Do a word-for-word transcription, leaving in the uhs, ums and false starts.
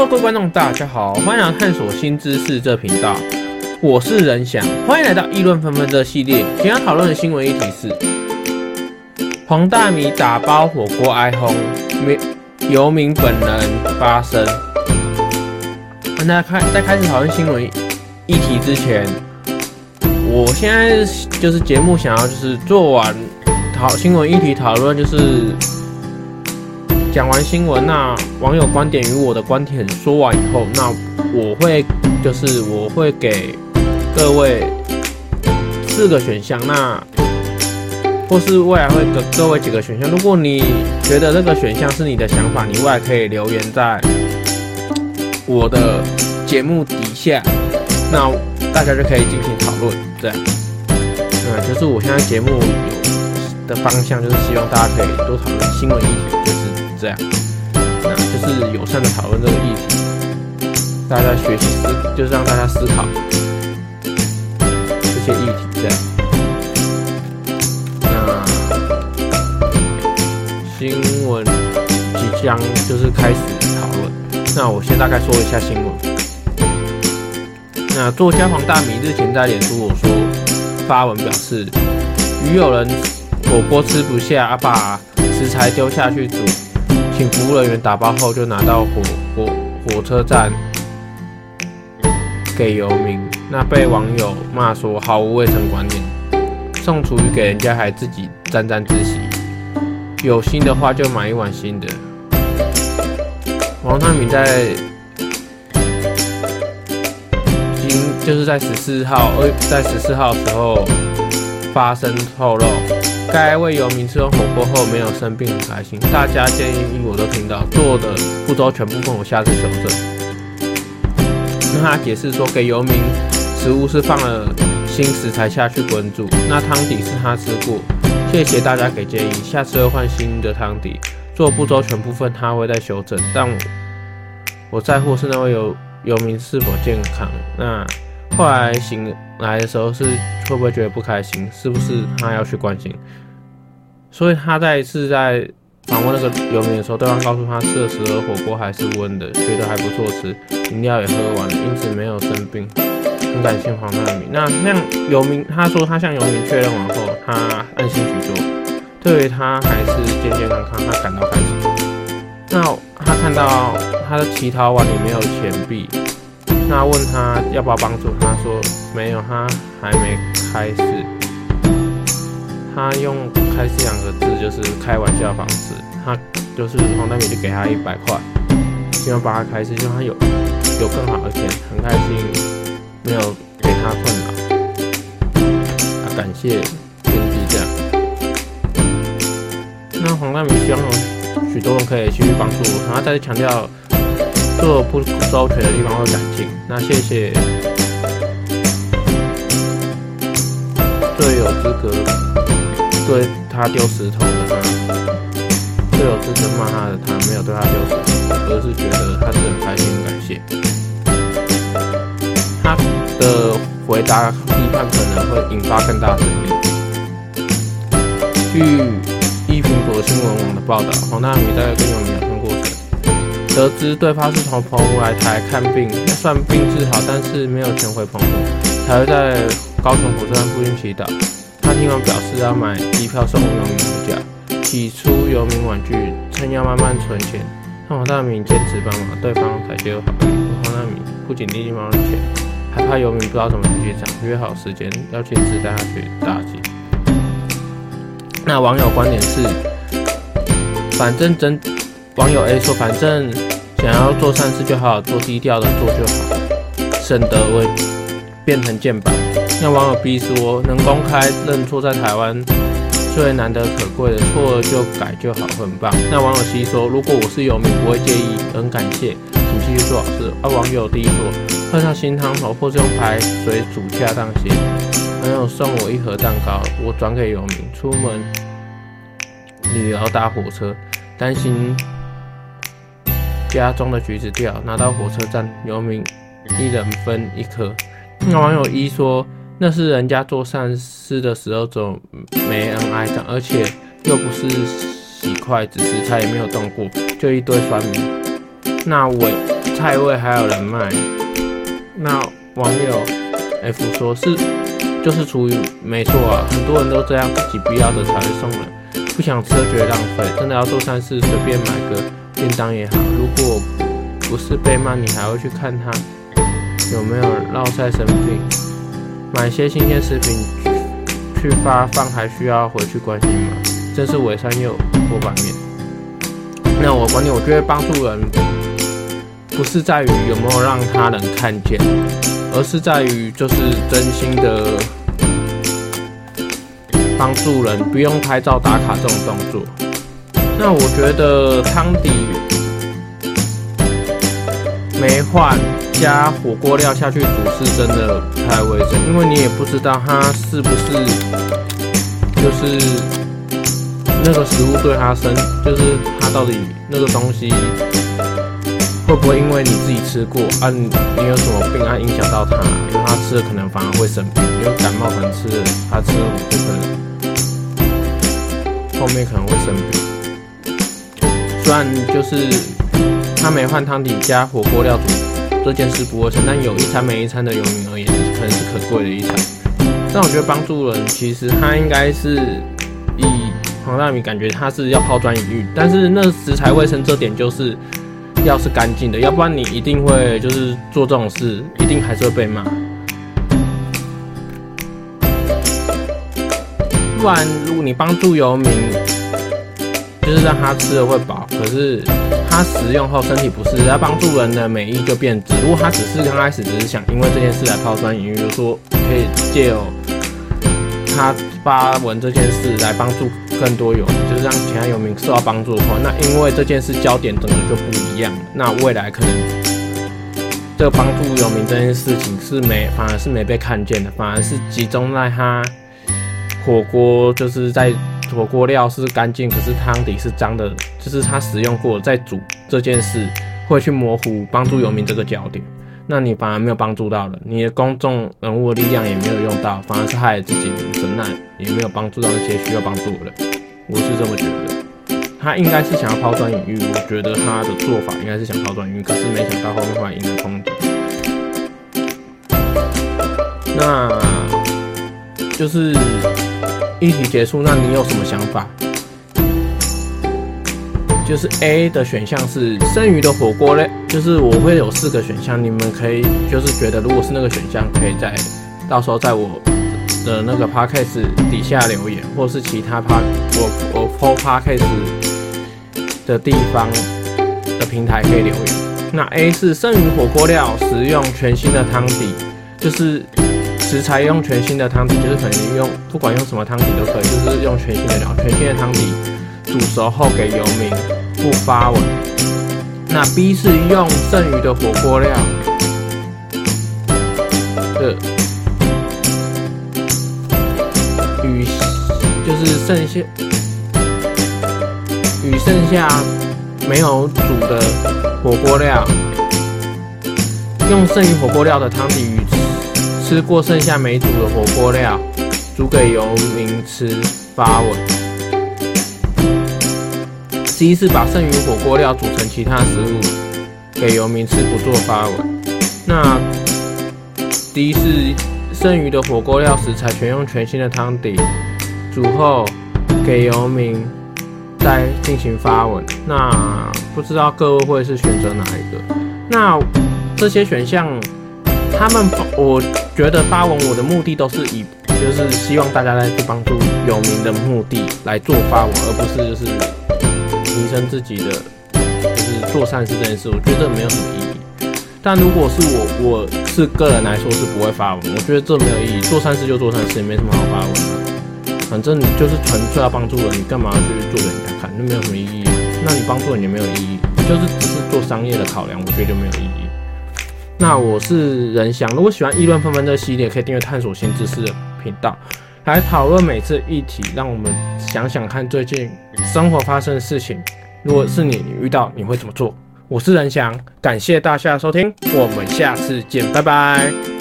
Hello， 各位观众，大家好，欢迎来探索新知识这频道，我是仁翔，欢迎来到议论纷纷的系列。今天讨论的新闻议题是黄大米打包火锅哀轰，游民本人发声。那在开始讨论新闻议题之前，我现在就是节目想要就是做完讨新闻议题讨论，就是讲完新闻，那网友观点与我的观点说完以后，那我会就是我会给各位四个选项，那或是未来会给各位几个选项。如果你觉得这个选项是你的想法，你未来可以留言在我的节目底下，那大家就可以进行讨论。这样，嗯，就是我现在节目有的方向，就是希望大家可以多讨论新闻议题，就是这样，那就是友善的讨论这个议题，大家学习思，就是让大家思考这些议题，这样。那新闻即将就是开始讨论，那我先大概说一下新闻。那作家黄大米日前在脸书我说发文表示，与有人火锅吃不下，把食材丢下去煮，请服务人员打包后就拿到火火火车站给游民。那被网友骂说毫无卫生观念，送厨余给人家还自己沾沾自喜，有新的话就买一碗新的。黄大米在今就是在十四号，在十四号的时候发声透露，该位游民吃完火锅后没有生病，很开心。大家建议我都听到，做的不周全部分我下次修正。那他解释说，给游民食物是放了新食材下去滚煮，那汤底是他吃过，谢谢大家给建议，下次会换新的汤底。做不周全部分他会再修正，但我我在乎是那位游游民是否健康。那后来醒来的时候是会不会觉得不开心？是不是他要去关心？所以他在是在访问那个游民的时候，对方告诉他吃的时候火锅还是温的，觉得还不错吃，饮料也喝完了，因此没有生病，很感谢黄大米。那那样游民他说他向游民确认完后，他安心许多，对于他还是健健康康，他感到开心。那他看到他的乞讨碗里没有钱币。那问他要不要帮助，他说没有，他还没开市。他用开市两个字就是开玩笑的方式，他就是黄大米就给他一百块，希望帮他开市，希望他有有更好的钱，很开心，没有给他困扰，他感谢天地这样。那黄大米希望有许多人可以继续帮助我，然后再次强调，做不周全的地方会改进。那谢谢最有资格对他丢石头的他，最有资格骂他的他，没有对他丢石头，而是觉得他是很开心，很感谢。他的回答批判可能会引发更大的争议。据一苹果新闻网的报道，黄大米在跟游民聊天过程，得知对方是从澎湖来台看病，算病治好，但是没有钱回澎湖，才会在高雄火车站附近祈祷。他听完表示要买机票送游民回家，起初游民婉拒，称要慢慢存钱，但黄大米坚持帮忙，对方才接受好意。黄大米不仅立即帮钱，还怕游民不知道怎么去机场，约好时间要亲自带他去大吉。那网友观点是，反正真。网友 A 说，反正想要做善事就好好做，低调的做就好，省得会变成箭靶。那网友 B 说，能公开认错在台湾最难得可贵的，错了就改就好，很棒。那网友 C 说，如果我是游民不会介意，很感谢，请继续做好事。而网友 D 说，喝上新汤头或是用排水煮恰当些。朋友送我一盒蛋糕，我转给游民。出门旅游搭火车，担心家中的橘子掉，拿到火车站，游民一人分一颗。那网友一说，那是人家做善事的时候总没人挨着，而且又不是洗筷子，食材也没有动过，就一堆酸民。那尾菜味还有人脉。那网友 F 说是就是出于没错啊，很多人都这样，自己必要的才会送人，不想吃就觉得浪费。真的要做善事，随便买个便当也好。如果不是被骂，你还会去看他有没有落晒生病。买些新鲜食品去发放，还需要回去关心吗？真是伪善又活版面。那我观点，我觉得帮助人不是在于有没有让他人看见，而是在于就是真心的帮助人，不用拍照打卡这种动作。那我觉得汤底没换加火锅料下去煮是真的不太卫生，因为你也不知道它是不是就是那个食物对它生，就是它到底那个东西会不会因为你自己吃过啊，你有什么病啊影响到它，因为它吃了可能反而会生病，因为感冒可能吃了，它吃了火锅可能后面可能会生病。虽然就是它没换汤底加火锅料煮这件事不卫生，但有一餐没一餐的游民而言，可能是可贵的一餐。但我觉得帮助人，其实他应该是以黄大米感觉他是要抛砖引玉，但是那食材卫生这点就是要是干净的，要不然你一定会就是做这种事，一定还是会被骂。不然如果你帮助游民，就是让他吃了会饱，可是他食用后身体不适，要帮助人的美意就变质。如果他只是刚开始只是想因为这件事来抛砖引玉，比如说可以借由他发文这件事来帮助更多游民，就是让其他游民受到帮助的话，那因为这件事焦点整个就不一样，那未来可能这个帮助游民这件事情是没，反而是没被看见的，反而是集中在他火锅，就是在火锅料是干净，可是汤底是脏的，就是他使用过在煮这件事，会去模糊帮助游民这个焦点。那你反而没有帮助到人，你的公众人物的力量也没有用到，反而是害了自己名声，那也没有帮助到那些需要帮助的人。我是这么觉得，他应该是想要抛砖引玉，我觉得他的做法应该是想抛砖引玉，可是没想到后面会引来抨击。那就是议题结束，那你有什么想法？就是 A 的选项是剩余的火锅类，就是我会有四个选项，你们可以就是觉得如果是那个选项，可以在到时候在我的那个 podcast 底下留言，或是其他 pod 我我 po podcast 的地方的平台可以留言。那 A 是剩余火锅料，使用全新的汤底，就是食材用全新的汤底，就是可能用不管用什么汤底都可以，就是用全新的料，全新的汤底煮熟后给游民不发文。那 B 是用剩余的火锅料的与就是剩下与剩下没有煮的火锅料，用剩余火锅料的汤底与吃过剩下没煮的火锅料煮给游民吃发文。C 是把剩余火锅料煮成其他食物给游民吃，不做发文。那 D 是剩余的火锅料食材全用全新的汤底煮后给游民再进行发文。那不知道各位会是选择哪一个？那这些选项，他们我觉得发文我的目的都是以就是希望大家来去帮助游民的目的来做发文，而不是就是提升自己的就是做善事这件事，我觉得这没有什么意义。但如果是我，我是个人来说是不会发文，我觉得这没有意义。做善事就做善事，也没什么好发文的。反正你就是纯粹要帮助人，你干嘛要去做给人家看？那没有什么意义。那你帮助人也没有意义，就是只是做商业的考量，我觉得就没有意义。那我是仁翔，如果喜欢议论纷纷这个系列，可以订阅探索新知识的频道，来讨论每次议题，让我们想想看最近生活发生的事情。如果是你，你遇到你会怎么做？我是仁翔，感谢大家的收听，我们下次见，拜拜。